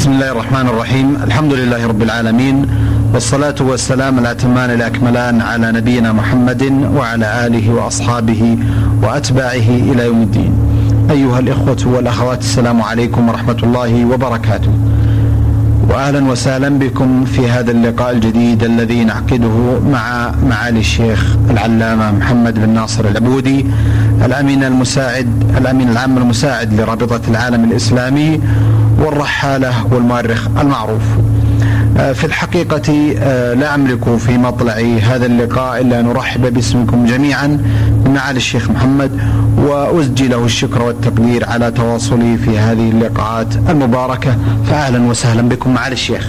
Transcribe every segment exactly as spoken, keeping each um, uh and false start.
بسم الله الرحمن الرحيم. الحمد لله رب العالمين، والصلاة والسلام الأتمان الأكملان على نبينا محمد وعلى آله وأصحابه وأتباعه إلى يوم الدين. أيها الإخوة والأخوات، السلام عليكم ورحمة الله وبركاته، وأهلا وسهلا بكم في هذا اللقاء الجديد الذي نعقده مع معالي الشيخ العلامة محمد بن ناصر العبودي، الأمين المساعد الأمين العام المساعد لرابطة العالم الإسلامي والرحالة والمؤرخ المعروف. في الحقيقة لا أملك في مطلع هذا اللقاء إلا أن أرحب باسمكم جميعا بمعالي الشيخ محمد، وأسجي له الشكر والتقدير على تواصلي في هذه اللقاءات المباركة. فأهلا وسهلا بكم معالي الشيخ.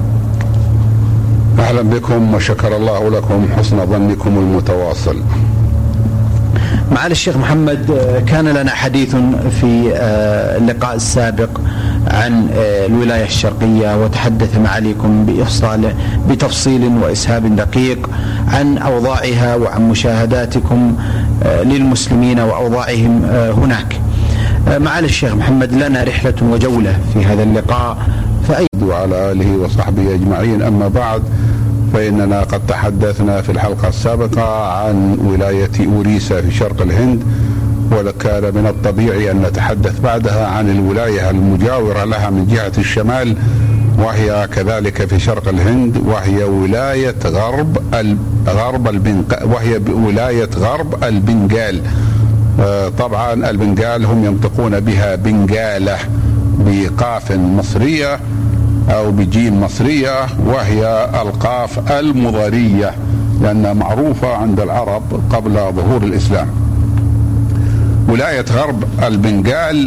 أهلا بكم وشكر الله لكم حسن ظنكم المتواصل. معالي الشيخ محمد، كان لنا حديث في اللقاء السابق عن الولاية الشرقية، وتحدث معاليكم بإفصال بتفصيل وإسهاب دقيق عن أوضاعها وعن مشاهداتكم للمسلمين وأوضاعهم هناك. معالي الشيخ محمد، لنا رحلة وجولة في هذا اللقاء، فأي وعلى آله وصحبه أجمعين. أما بعد، فإننا قد تحدثنا في الحلقة السابقة عن ولاية أوريسا في شرق الهند، وكان من الطبيعي أن نتحدث بعدها عن الولاية المجاورة لها من جهة الشمال، وهي كذلك في شرق الهند، وهي ولاية غرب غرب البنغال وهي ولاية غرب البنغال. طبعا البنغال هم ينطقون بها بنغالة بقاف مصرية أو بجيم مصرية، وهي القاف المضارية لأنها معروفة عند العرب قبل ظهور الإسلام. ولاية غرب البنغال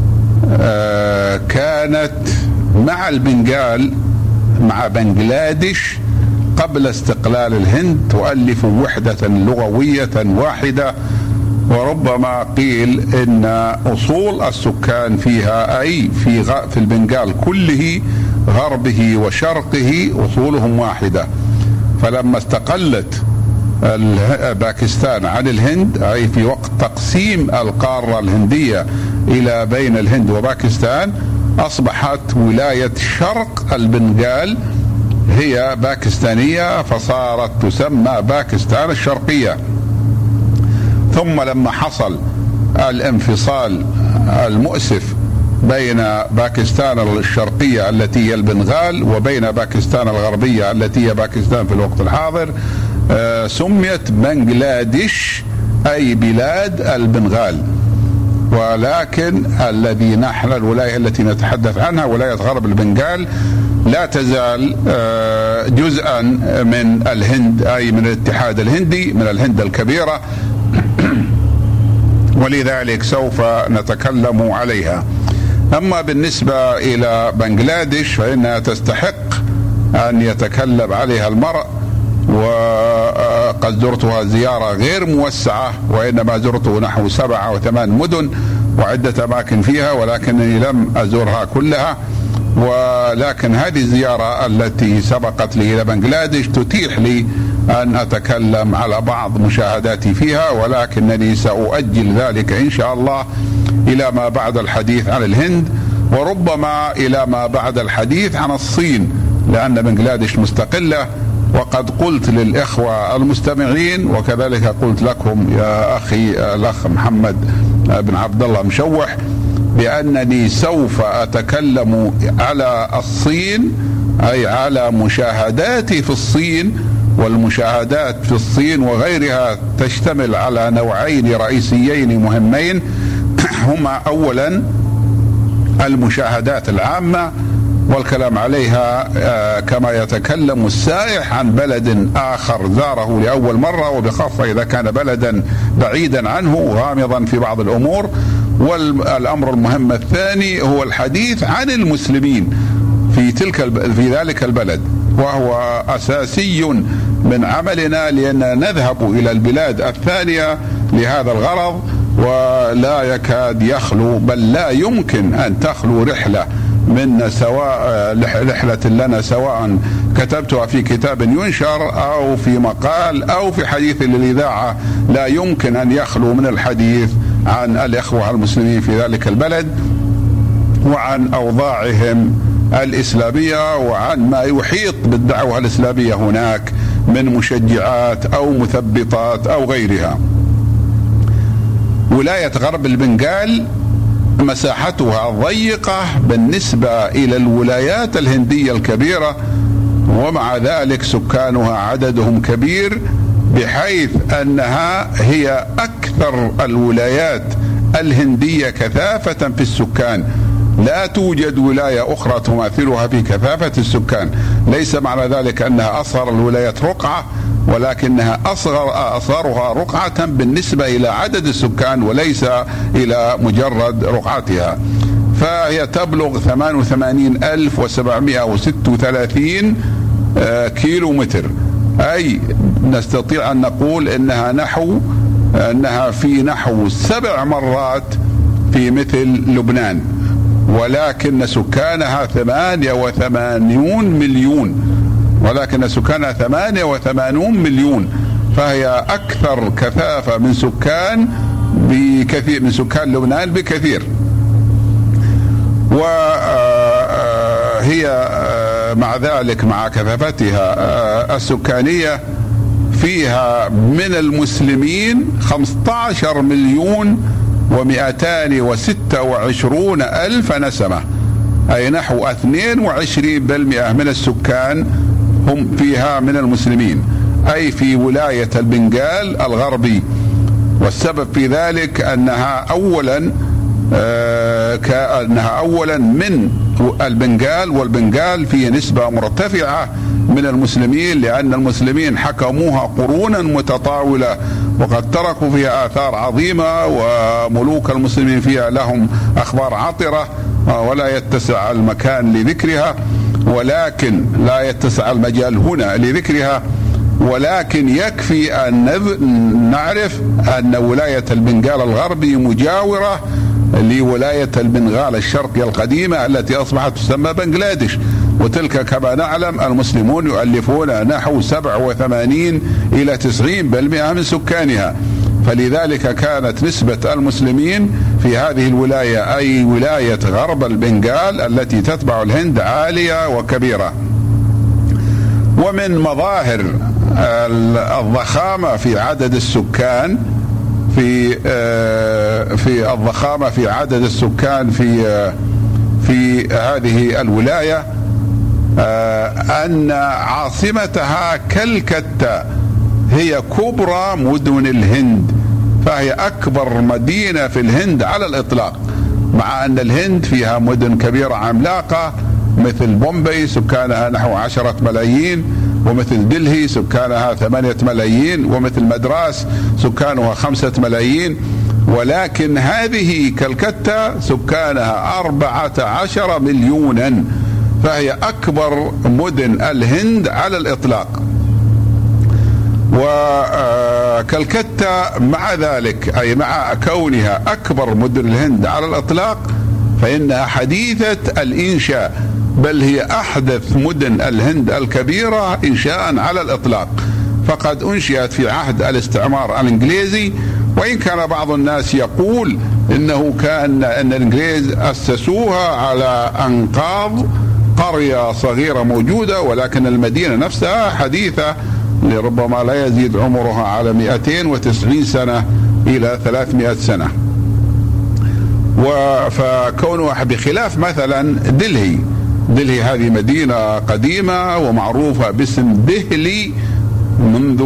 كانت مع البنغال مع بنغلاديش قبل استقلال الهند، تؤلف وحدة لغوية واحدة، وربما قيل إن أصول السكان فيها أي في في البنغال كله غربه وشرقه أصولهم واحدة. فلما استقلت باكستان عن الهند، أي في وقت تقسيم القارة الهندية إلى بين الهند وباكستان، أصبحت ولاية شرق البنغال هي باكستانية، فصارت تسمى باكستان الشرقية. ثم لما حصل الانفصال المؤسف بين باكستان الشرقية التي هي البنغال وبين باكستان الغربية التي هي باكستان في الوقت الحاضر، آه سميت بنغلاديش أي بلاد البنغال. ولكن الذي نحن الولاية التي نتحدث عنها ولاية غرب البنغال لا تزال آه جزءا من الهند، أي من الاتحاد الهندي، من الهند الكبيرة، ولذلك سوف نتكلم عليها. أما بالنسبة إلى بنغلاديش فإنها تستحق أن يتكلم عليها المرء، وقد زرتها زيارة غير موسعة، وإنما زرت نحو سبعة أو ثمان مدن وعدة أماكن فيها، ولكنني لم أزورها كلها. ولكن هذه الزيارة التي سبقت لي إلى بنغلاديش تتيح لي أن أتكلم على بعض مشاهداتي فيها، ولكنني سأؤجل ذلك إن شاء الله إلى ما بعد الحديث عن الهند، وربما إلى ما بعد الحديث عن الصين، لأن بنغلاديش مستقلة. وقد قلت للإخوة المستمعين وكذلك قلت لكم يا أخي الأخ محمد بن عبد الله مشوح بأنني سوف أتكلم على الصين، أي على مشاهداتي في الصين. والمشاهدات في الصين وغيرها تشتمل على نوعين رئيسيين مهمين، هما أولا المشاهدات العامة والكلام عليها كما يتكلم السائح عن بلد آخر زاره لأول مرة، وبخاصة إذا كان بلدا بعيدا عنه غامضا في بعض الأمور. والأمر المهم الثاني هو الحديث عن المسلمين في تلك في ذلك البلد، وهو أساسي من عملنا، لأننا نذهب إلى البلاد الثانية لهذا الغرض، ولا يكاد يخلو بل لا يمكن أن تخلو رحلة منا، سواء رحلة لنا سواء كتبتها في كتاب ينشر أو في مقال أو في حديث للإذاعة، لا يمكن أن يخلو من الحديث عن الإخوة المسلمين في ذلك البلد وعن أوضاعهم الإسلامية وعن ما يحيط بالدعوة الإسلامية هناك من مشجعات أو مثبطات أو غيرها. ولاية غرب البنغال مساحتها ضيقة بالنسبة إلى الولايات الهندية الكبيرة، ومع ذلك سكانها عددهم كبير، بحيث أنها هي أكثر الولايات الهندية كثافة في السكان. لا توجد ولاية أخرى تماثلها في كثافة السكان. ليس معنى ذلك أنها أصغر الولايات رقعة، ولكنها أصغر أصغرها رقعة بالنسبة إلى عدد السكان وليس إلى مجرد رقعتها. فهي تبلغ ثمانية وثمانين ألف وسبعمائة وستة وثلاثين كيلو متر، أي نستطيع أن نقول إنها نحو أنها في نحو سبع مرات في مثل لبنان، ولكن سكانها ثمانية وثمانون مليون ولكن سكانها ثمانية وثمانون مليون فهي أكثر كثافة من سكان بكثير من سكان لبنان بكثير. وهي مع ذلك مع كثافتها السكانية فيها من المسلمين خمسة عشر مليون ومئتان وستة وعشرون ألف نسمة، أي نحو اثنين وعشرين بالمئة من السكان هم فيها من المسلمين، أي في ولاية البنغال الغربي. والسبب في ذلك أنها أولا آه كأنها أولا من البنغال، والبنغال فيه نسبة مرتفعة من المسلمين، لأن المسلمين حكموها قرونا متطاولة وقد تركوا فيها آثار عظيمة، وملوك المسلمين فيها لهم أخبار عطرة ولا يتسع المكان لذكرها، ولكن لا يتسع المجال هنا لذكرها. ولكن يكفي أن نعرف أن ولاية البنغال الغربي مجاورة لولاية البنغال الشرقية القديمة التي أصبحت تسمى بنغلاديش، وتلك كما نعلم المسلمون يؤلفون نحو سبعة وثمانين إلى تسعين بالمئة من سكانها. فلذلك كانت نسبة المسلمين في هذه الولاية، أي ولاية غرب البنغال التي تتبع الهند، عالية وكبيرة. ومن مظاهر الضخامة في عدد السكان في في الضخامة في عدد السكان في في هذه الولاية أن عاصمتها كلكتة هي كبرى مدن الهند، فهي أكبر مدينة في الهند على الإطلاق، مع أن الهند فيها مدن كبيرة عملاقة مثل بومبي سكانها نحو عشرة ملايين، ومثل دلهي سكانها ثمانية ملايين، ومثل مدراس سكانها خمسة ملايين. ولكن هذه كلكتة سكانها أربعة عشر مليونا، فهي أكبر مدن الهند على الإطلاق. وكلكتة مع ذلك، أي مع كونها أكبر مدن الهند على الإطلاق، فإنها حديثة الإنشاء، بل هي أحدث مدن الهند الكبيرة إنشاء على الإطلاق، فقد أنشئت في عهد الاستعمار الإنجليزي. وإن كان بعض الناس يقول إنه كان أن الإنجليز أسسوها على أنقاض قرية صغيرة موجودة، ولكن المدينة نفسها حديثة، لربما لا يزيد عمرها على مئتين وتسعين سنة إلى ثلاثمائة سنة. فكونها بخلاف مثلا دلهي، دلهي هذه مدينة قديمة ومعروفة باسم دهلي منذ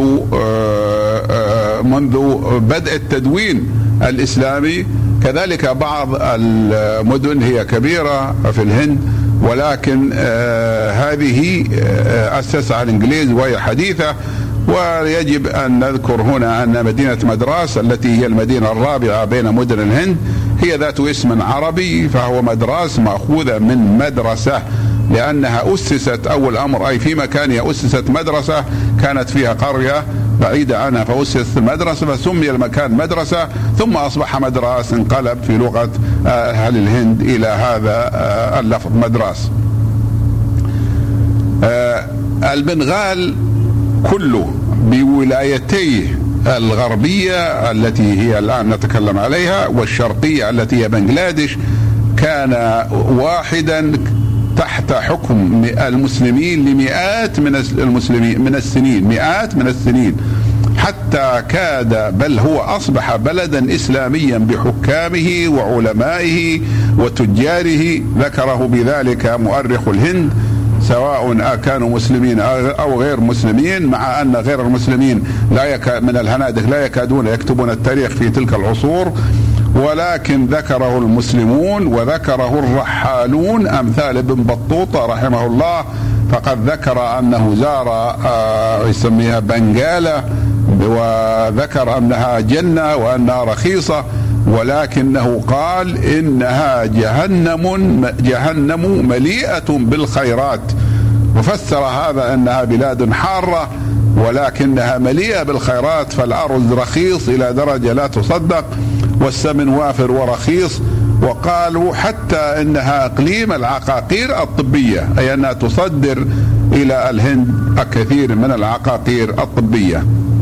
منذ بدء التدوين الإسلامي. كذلك بعض المدن هي كبيرة في الهند، ولكن هذه أسسها الإنجليز وهي حديثة. ويجب أن نذكر هنا أن مدينة مدراس التي هي المدينة الرابعة بين مدن الهند هي ذات اسم عربي، فهو مدراس مأخوذة من مدرسة، لأنها أسست أول أمر، أي في مكانها أسست مدرسة كانت فيها قرية بعيدة عنها فأسست مدرسة فسمي المكان مدرسة، ثم أصبح مدراس، انقلب في لغة أهل الهند إلى هذا اللفظ مدراس. البنغال كله بولايتيه الغربية التي هي الآن نتكلم عليها والشرقية التي هي بنغلاديش كان واحدا تحت حكم المسلمين لمئات من المسلمين من السنين، مئات من السنين، حتى كاد بل هو أصبح بلدا إسلاميا بحكامه وعلمائه وتجاره. ذكره بذلك مؤرخ الهند، سواء كانوا مسلمين أو غير مسلمين، مع أن غير المسلمين لا يكاد من الهنادك لا يكادون يكتبون التاريخ في تلك العصور، ولكن ذكره المسلمون وذكره الرحالون أمثال ابن بطوطة رحمه الله، فقد ذكر أنه زار آه يسميها بنغالا، وذكر أنها جنة وأنها رخيصة، ولكنه قال إنها جهنم جهنم مليئة بالخيرات، وفسر هذا أنها بلاد حارة ولكنها مليئة بالخيرات، فالأرز رخيص إلى درجة لا تصدق، والسمن وافر ورخيص، وقالوا حتى إنها إقليم العقاقير الطبية، أي أنها تصدر إلى الهند الكثير من العقاقير الطبية.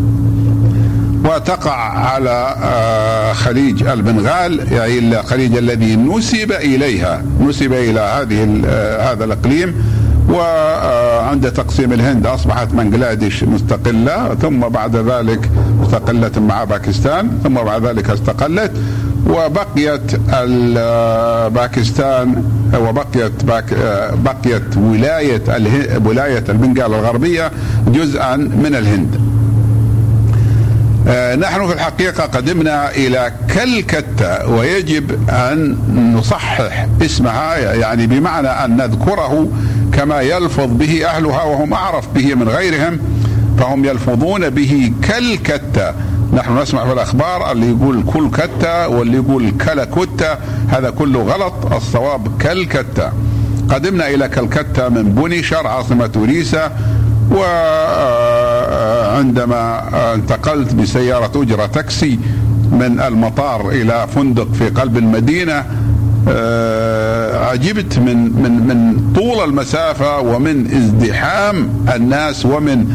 وتقع على خليج البنغال، يعني الخليج الذي نسب إليها نسب إلى هذه هذا الإقليم. وعند تقسيم الهند أصبحت بنغلاديش مستقلة، ثم بعد ذلك استقلت مع باكستان، ثم بعد ذلك استقلت، وبقيت باكستان وبقيت باك بقيت ولاية ولاية البنغال الغربية جزءا من الهند. نحن في الحقيقة قدمنا إلى كلكتة، ويجب أن نصحح اسمها، يعني بمعنى أن نذكره كما يلفظ به أهلها، وهم أعرف به من غيرهم، فهم يلفظون به كلكتة. نحن نسمع في الأخبار اللي يقول كلكتة واللي يقول كلكتة، هذا كله غلط، الصواب كلكتة. قدمنا إلى كلكتة من بونيشر عاصمة أوريسا، وعندما انتقلت بسيارة أجرة تاكسي من المطار إلى فندق في قلب المدينة، عجبت من من من طول المسافة ومن ازدحام الناس ومن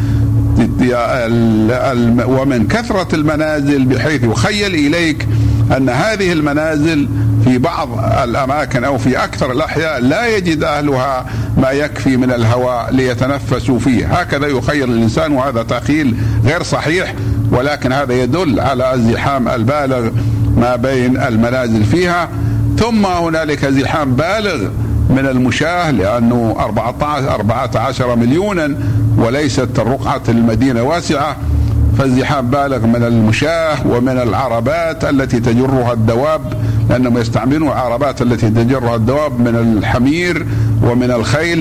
ومن كثرة المنازل، بحيث يخيل إليك أن هذه المنازل في بعض الأماكن أو في أكثر الأحياء لا يجد أهلها ما يكفي من الهواء ليتنفسوا فيه، هكذا يخيل الإنسان، وهذا تخيل غير صحيح، ولكن هذا يدل على الزحام البالغ ما بين المنازل فيها. ثم هنالك زحام بالغ من المشاة، لأنه أربعة عشر مليونا وليست الرقعة المدينة واسعة، فالزحام بالغ من المشاة ومن العربات التي تجرها الدواب، لأنهم يستعملون العربات التي تجرها الدواب من الحمير ومن الخيل،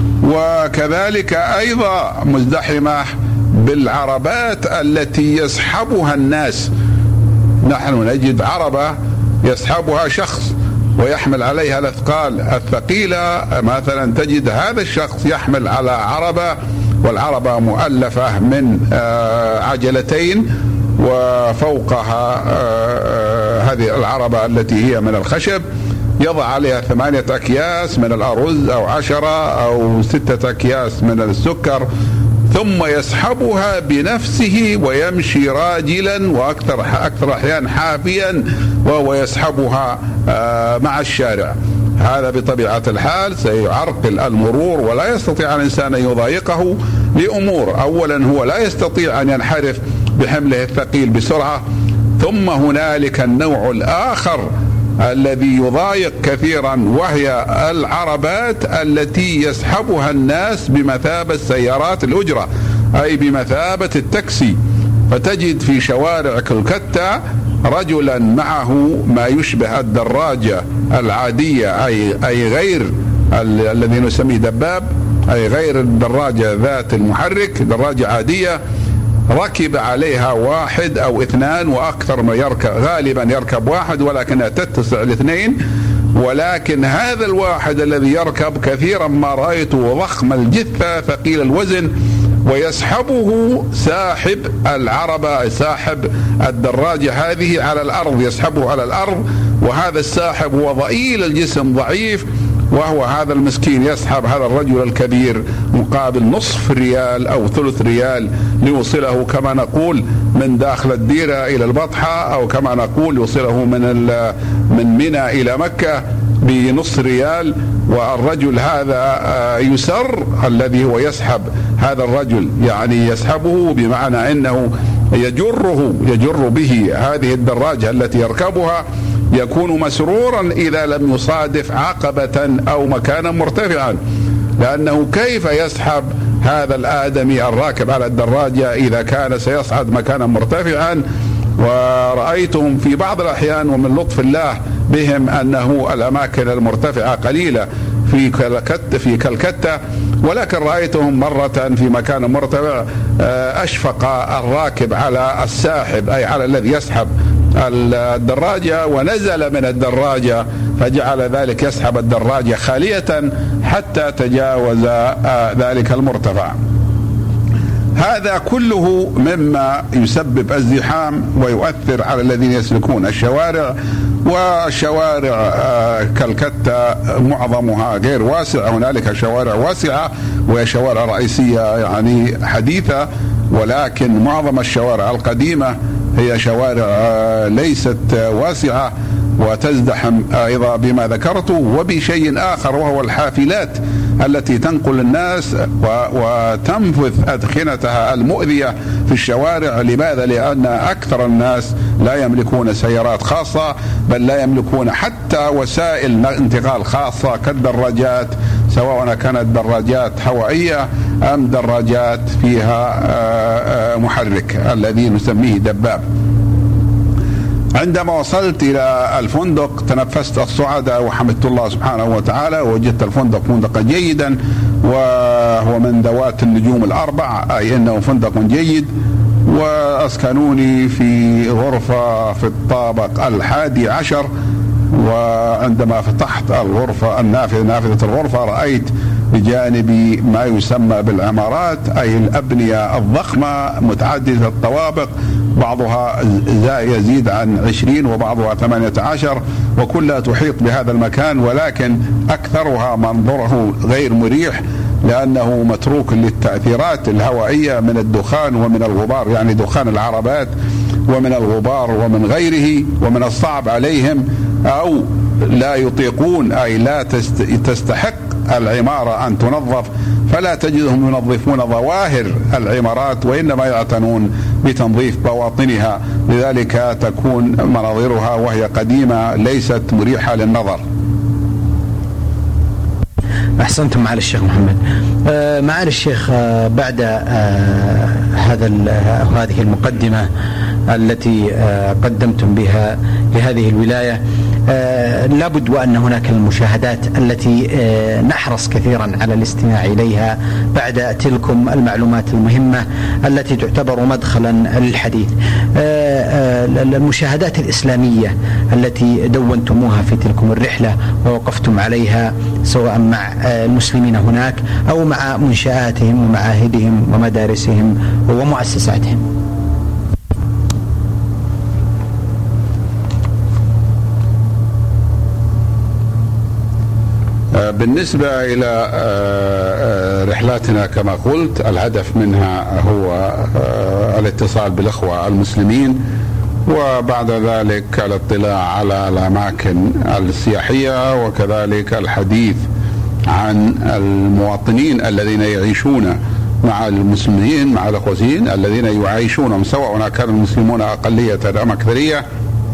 وكذلك أيضا مزدحمة بالعربات التي يسحبها الناس. نحن نجد عربة يسحبها شخص ويحمل عليها الأثقال الثقيلة، مثلا تجد هذا الشخص يحمل على عربة، والعربة مؤلفة من عجلتين، وفوقها هذه العربة التي هي من الخشب يضع عليها ثمانية أكياس من الأرز أو عشرة أو ستة أكياس من السكر، ثم يسحبها بنفسه ويمشي راجلا، وأكثر أكثر أحيان حافيا، وهو يسحبها مع الشارع. هذا بطبيعة الحال سيعرقل المرور، ولا يستطيع الإنسان أن يضايقه لأمور: أولا هو لا يستطيع أن ينحرف بحمله الثقيل بسرعة، ثم هنالك النوع الآخر الذي يضايق كثيرا، وهي العربات التي يسحبها الناس بمثابة سيارات الأجرة، أي بمثابة التاكسي. فتجد في شوارع كلكتة رجلا معه ما يشبه الدراجة العادية، أي أي غير الذي نسميه دباب، أي غير الدراجة ذات المحرك، دراجة عادية ركب عليها واحد أو اثنان وأكثر ما يركب، غالبا يركب واحد ولكنها تتسع لاثنين، ولكن هذا الواحد الذي يركب كثيرا ما رأيته ضخم الجثة ثقيل الوزن، ويسحبه ساحب العربة، ساحب الدراجة هذه على الأرض، يسحبه على الأرض، وهذا الساحب هو ضئيل الجسم ضعيف، وهو هذا المسكين يسحب هذا الرجل الكبير مقابل نصف ريال أو ثلث ريال ليوصله كما نقول من داخل الديرة إلى البطحة، أو كما نقول يوصله من من منى إلى مكة بنص ريال، والرجل هذا يسر الذي هو يسحب هذا الرجل، يعني يسحبه بمعنى أنه يجره يجر به هذه الدراجة التي يركبها، يكون مسرورا إذا لم يصادف عقبة أو مكانا مرتفعا، لأنه كيف يسحب هذا الآدمي الراكب على الدراجة إذا كان سيصعد مكانا مرتفعا. ورأيتهم في بعض الأحيان ومن لطف الله بهم أنه الأماكن المرتفعة قليلة في كلكتة في كلكتة، ولكن رأيتهم مرة في مكان مرتفع أشفق الراكب على الساحب أي على الذي يسحب الدراجة، ونزل من الدراجة فجعل ذلك يسحب الدراجة خالية حتى تجاوز ذلك المرتفع. هذا كله مما يسبب الزحام ويؤثر على الذين يسلكون الشوارع. والشوارع كلكتة معظمها غير واسعة، هنالك شوارع واسعة وهي شوارع رئيسية يعني حديثة، ولكن معظم الشوارع القديمة هي شوارع ليست واسعة وتزدحم أيضا بما ذكرت، وبشيء آخر وهو الحافلات التي تنقل الناس وتنفذ أدخنتها المؤذية في الشوارع. لماذا؟ لأن أكثر الناس لا يملكون سيارات خاصة، بل لا يملكون حتى وسائل انتقال خاصة كالدراجات، سواء كانت دراجات هوائية أم دراجات فيها محرك الذي نسميه دباب. عندما وصلت إلى الفندق تنفست الصعدة وحمدت الله سبحانه وتعالى، ووجدت الفندق فندقا جيدا، وهو من ذوات النجوم الأربع، أي أنه فندق جيد. وأسكنوني في غرفة في الطابق الحادي عشر، وعندما فتحت الغرفة النافذة نافذة الغرفة رأيت بجانبي ما يسمى بالعمارات، أي الأبنية الضخمة متعددة الطوابق، بعضها يزيد عن عشرين وبعضها ثمانية عشر، وكلها تحيط بهذا المكان، ولكن أكثرها منظره غير مريح لأنه متروك للتأثيرات الهوائية من الدخان ومن الغبار، يعني دخان العربات ومن الغبار ومن غيره. ومن الصعب عليهم أو لا يطيقون أي لا تستحق العمارة أن تنظف، فلا تجدهم ينظفون ظواهر العمارات، وإنما يعتنون بتنظيف بواطنها، لذلك تكون مناظرها وهي قديمة ليست مريحة للنظر. أحسنتم معالي الشيخ محمد. آه معالي الشيخ، آه بعد آه هذا هذه المقدمة التي آه قدمتم بها لهذه الولاية، آه لابد وأن هناك المشاهدات التي آه نحرص كثيرا على الاستماع إليها بعد تلكم المعلومات المهمة التي تعتبر مدخلا للحديث. آه آه المشاهدات الإسلامية التي دونتموها في تلكم الرحلة ووقفتم عليها سواء مع المسلمين هناك أو مع منشآتهم ومعاهدهم ومدارسهم ومؤسساتهم. بالنسبة إلى رحلاتنا كما قلت، الهدف منها هو الاتصال بالإخوة المسلمين، وبعد ذلك الاطلاع على الأماكن السياحية، وكذلك الحديث عن المواطنين الذين يعيشون مع المسلمين مع الأخوين الذين يعيشونهم، سواء كان المسلمون أقلية أم أكثرية.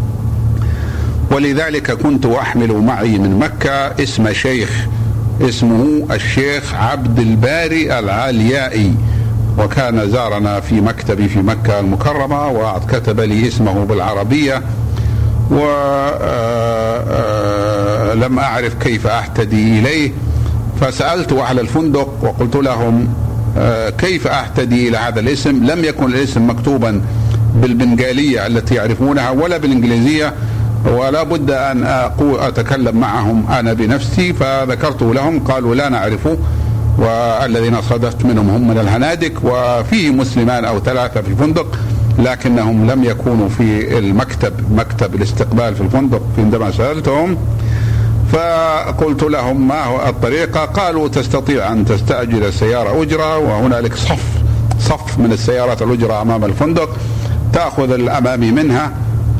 ولذلك كنت أحمل معي من مكة اسم شيخ اسمه الشيخ عبد الباري العاليائي، وكان زارنا في مكتبي في مكة المكرمة وكتب لي اسمه بالعربية، ولم أعرف كيف أهتدي إليه، فسألت أهل الفندق وقلت لهم كيف أهتدي إلى هذا الاسم. لم يكن الاسم مكتوبا بالبنغالية التي يعرفونها ولا بالإنجليزية، ولا بد أن أتكلم معهم أنا بنفسي، فذكرت لهم قالوا لا نعرفه، والذين صادفت منهم هم من الهنادك، وفيه مسلمان أو ثلاثة في الفندق، لكنهم لم يكونوا في المكتب مكتب الاستقبال في الفندق عندما سألتهم. فقلت لهم ما هو الطريقة؟ قالوا تستطيع أن تستأجر سيارة أجرة، وهنالك صف صف من السيارات الأجرة أمام الفندق، تأخذ الأمامي منها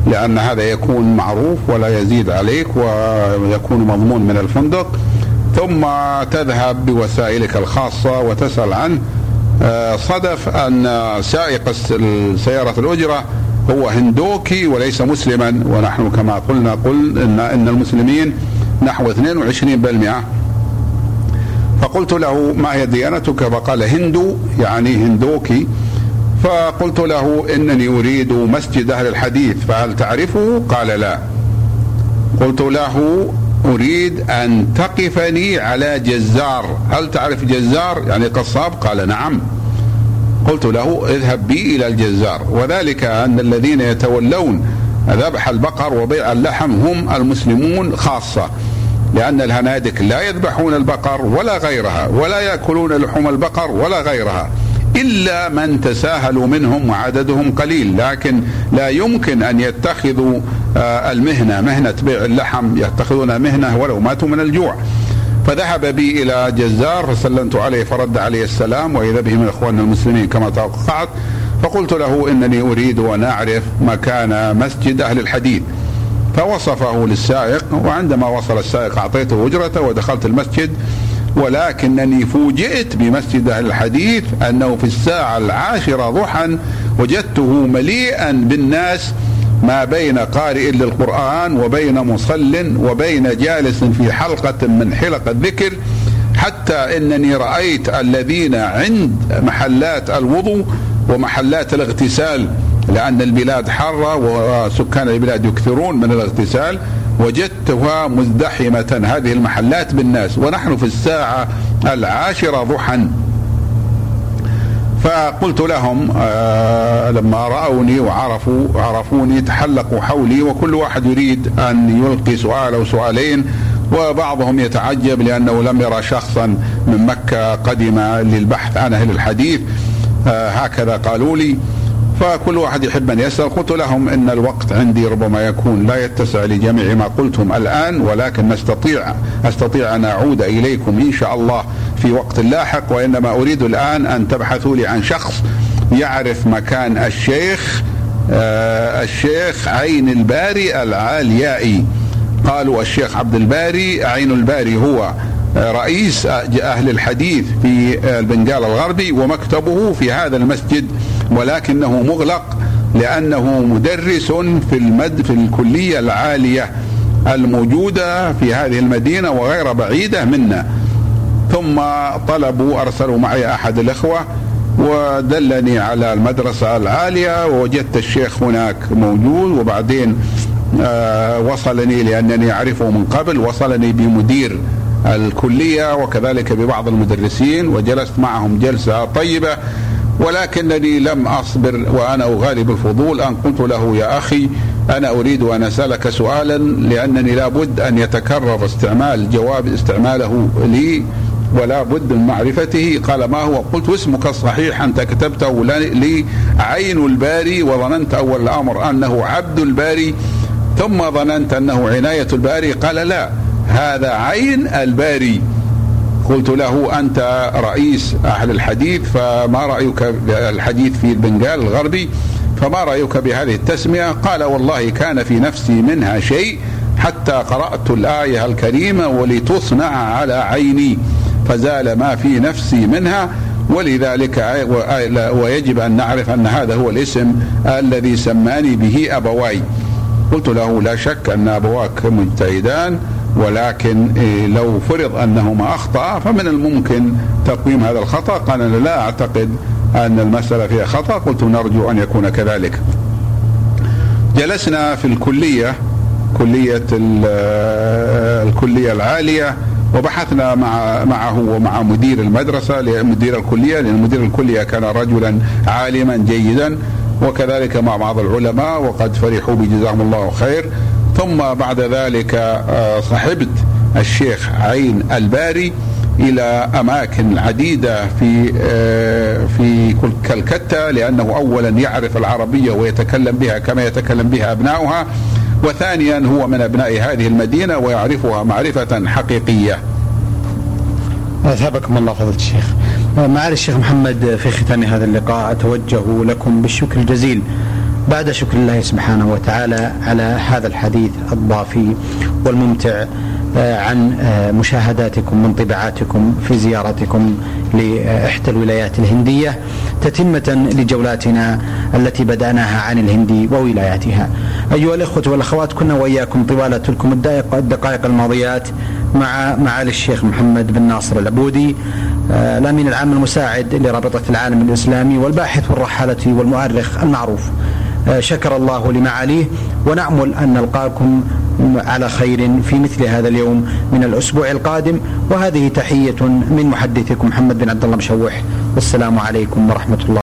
لأن هذا يكون معروف ولا يزيد عليك ويكون مضمون من الفندق، ثم تذهب بوسائلك الخاصة وتسأل عنه. صدف أن سائق سيارة الأجرة هو هندوكي وليس مسلما، ونحن كما قلنا قل إن, إن المسلمين نحو اثنين وعشرين بالمئة. فقلت له ما هي ديانتك؟ فقال هندو يعني هندوكي. فقلت له إنني أريد مسجد أهل الحديث فهل تعرفه؟ قال لا. قلت له أريد أن تقفني على جزار، هل تعرف جزار يعني قصاب؟ قال نعم. قلت له اذهب بي إلى الجزار، وذلك أن الذين يتولون ذبح البقر وبيع اللحم هم المسلمون خاصة، لأن الهنادك لا يذبحون البقر ولا غيرها ولا يأكلون لحوم البقر ولا غيرها إلا من تساهلوا منهم وعددهم قليل، لكن لا يمكن أن يتخذوا المهنة مهنة بيع اللحم، يتخذون مهنة ولو ماتوا من الجوع. فذهب بي إلى جزار فسلمت عليه فرد عليه السلام وإذا به من إخواننا المسلمين كما توقعت. فقلت له إنني أريد أن أعرف مكان مسجد أهل الحديث، فوصفه للسائق، وعندما وصل السائق أعطيته أجرته ودخلت المسجد. ولكنني فوجئت بمسجد أهل الحديث أنه في الساعة العاشرة ضحى وجدته مليئا بالناس، ما بين قارئ للقرآن وبين مصل وبين جالس في حلقة من حلق الذكر، حتى إنني رأيت الذين عند محلات الوضوء ومحلات الاغتسال، لأن البلاد حارة وسكان البلاد يكثرون من الاغتسال، وجدتها مزدحمة هذه المحلات بالناس ونحن في الساعة العاشرة ضحى. فقلت لهم آه لما رأوني وعرفوا عرفوني تحلقوا حولي، وكل واحد يريد أن يلقي سؤال أو سؤالين، وبعضهم يتعجب لأنه لم يرى شخصا من مكة قدم للبحث عن أهل الحديث، آه هكذا قالوا لي. فكل واحد يحب أن يسأل. قلت لهم إن الوقت عندي ربما يكون لا يتسع لجميع ما قلتم الآن، ولكن نستطيع أستطيع أن أعود إليكم إن شاء الله في وقت لاحق، وإنما أريد الآن أن تبحثوا لي عن شخص يعرف مكان الشيخ آه الشيخ عين الباري العاليائي. قالوا الشيخ عبد الباري عين الباري هو رئيس أهل الحديث في البنغال الغربي، ومكتبه في هذا المسجد، ولكنه مغلق لأنه مدرس في المد في الكلية العالية الموجودة في هذه المدينة وغير بعيدة منا. ثم طلبوا أرسلوا معي أحد الإخوة ودلني على المدرسة العالية، ووجدت الشيخ هناك موجود. وبعدين آه وصلني لأنني أعرفه من قبل، وصلني بمدير الكلية وكذلك ببعض المدرسين، وجلست معهم جلسة طيبة. ولكنني لم أصبر وأنا أغالب الفضول أن قلت له يا أخي أنا أريد أن أسألك سؤالا، لأنني لا بد أن يتكرر استعمال جواب استعماله لي ولا بد من معرفته. قال ما هو؟ قلت اسمك الصحيح أنت كتبته لي عين الباري، وظننت أول الأمر أنه عبد الباري، ثم ظننت أنه عناية الباري. قال لا، هذا عين الباري. قلت له أنت رئيس أهل الحديث، فما رأيك بالحديث في البنغال الغربي؟ فما رأيك بهذه التسمية؟ قال والله كان في نفسي منها شيء حتى قرأت الآية الكريمة ولتصنع على عيني، فزال ما في نفسي منها، ولذلك ويجب أن نعرف أن هذا هو الاسم الذي سماني به أبواي. قلت له لا شك أن أبواك مجتهدان، ولكن لو فرض أنهما أخطأ فمن الممكن تقويم هذا الخطأ. قال أنا لا أعتقد أن المسألة فيها خطأ. قلت نرجو أن يكون كذلك. جلسنا في الكلية كلية الكلية العالية، وبحثنا مع معه ومع مدير المدرسة مدير الكلية، لأن مدير الكلية كان رجلا عالما جيدا، وكذلك مع بعض العلماء وقد فرحوا بجزاهم الله خير. ثم بعد ذلك صحبت الشيخ عين الباري إلى أماكن عديدة في في كلكتة، لأنه أولا يعرف العربية ويتكلم بها كما يتكلم بها أبناؤها، وثانيا هو من أبناء هذه المدينة ويعرفها معرفة حقيقية. أثابكم الله فضيلة الشيخ. معالي الشيخ محمد، في ختام هذا اللقاء أتوجه لكم بالشكر الجزيل بعد شكر الله سبحانه وتعالى على هذا الحديث الضافي والممتع عن مشاهداتكم من طباعاتكم في زيارتكم لإحدى الولايات الهندية تتمة لجولاتنا التي بدأناها عن الهند وولاياتها. أيها الإخوة والأخوات، كنا وإياكم طوال تلكم الدقائق الماضيات مع معالي الشيخ محمد بن ناصر العبودي، الأمين العام المساعد لرابطة العالم الإسلامي والباحث والرحالة والمؤرخ المعروف. شكر الله لمعاليه، ونأمل أن نلقاكم على خير في مثل هذا اليوم من الأسبوع القادم. وهذه تحية من محدثكم محمد بن عبد الله مشوح، والسلام عليكم ورحمة الله.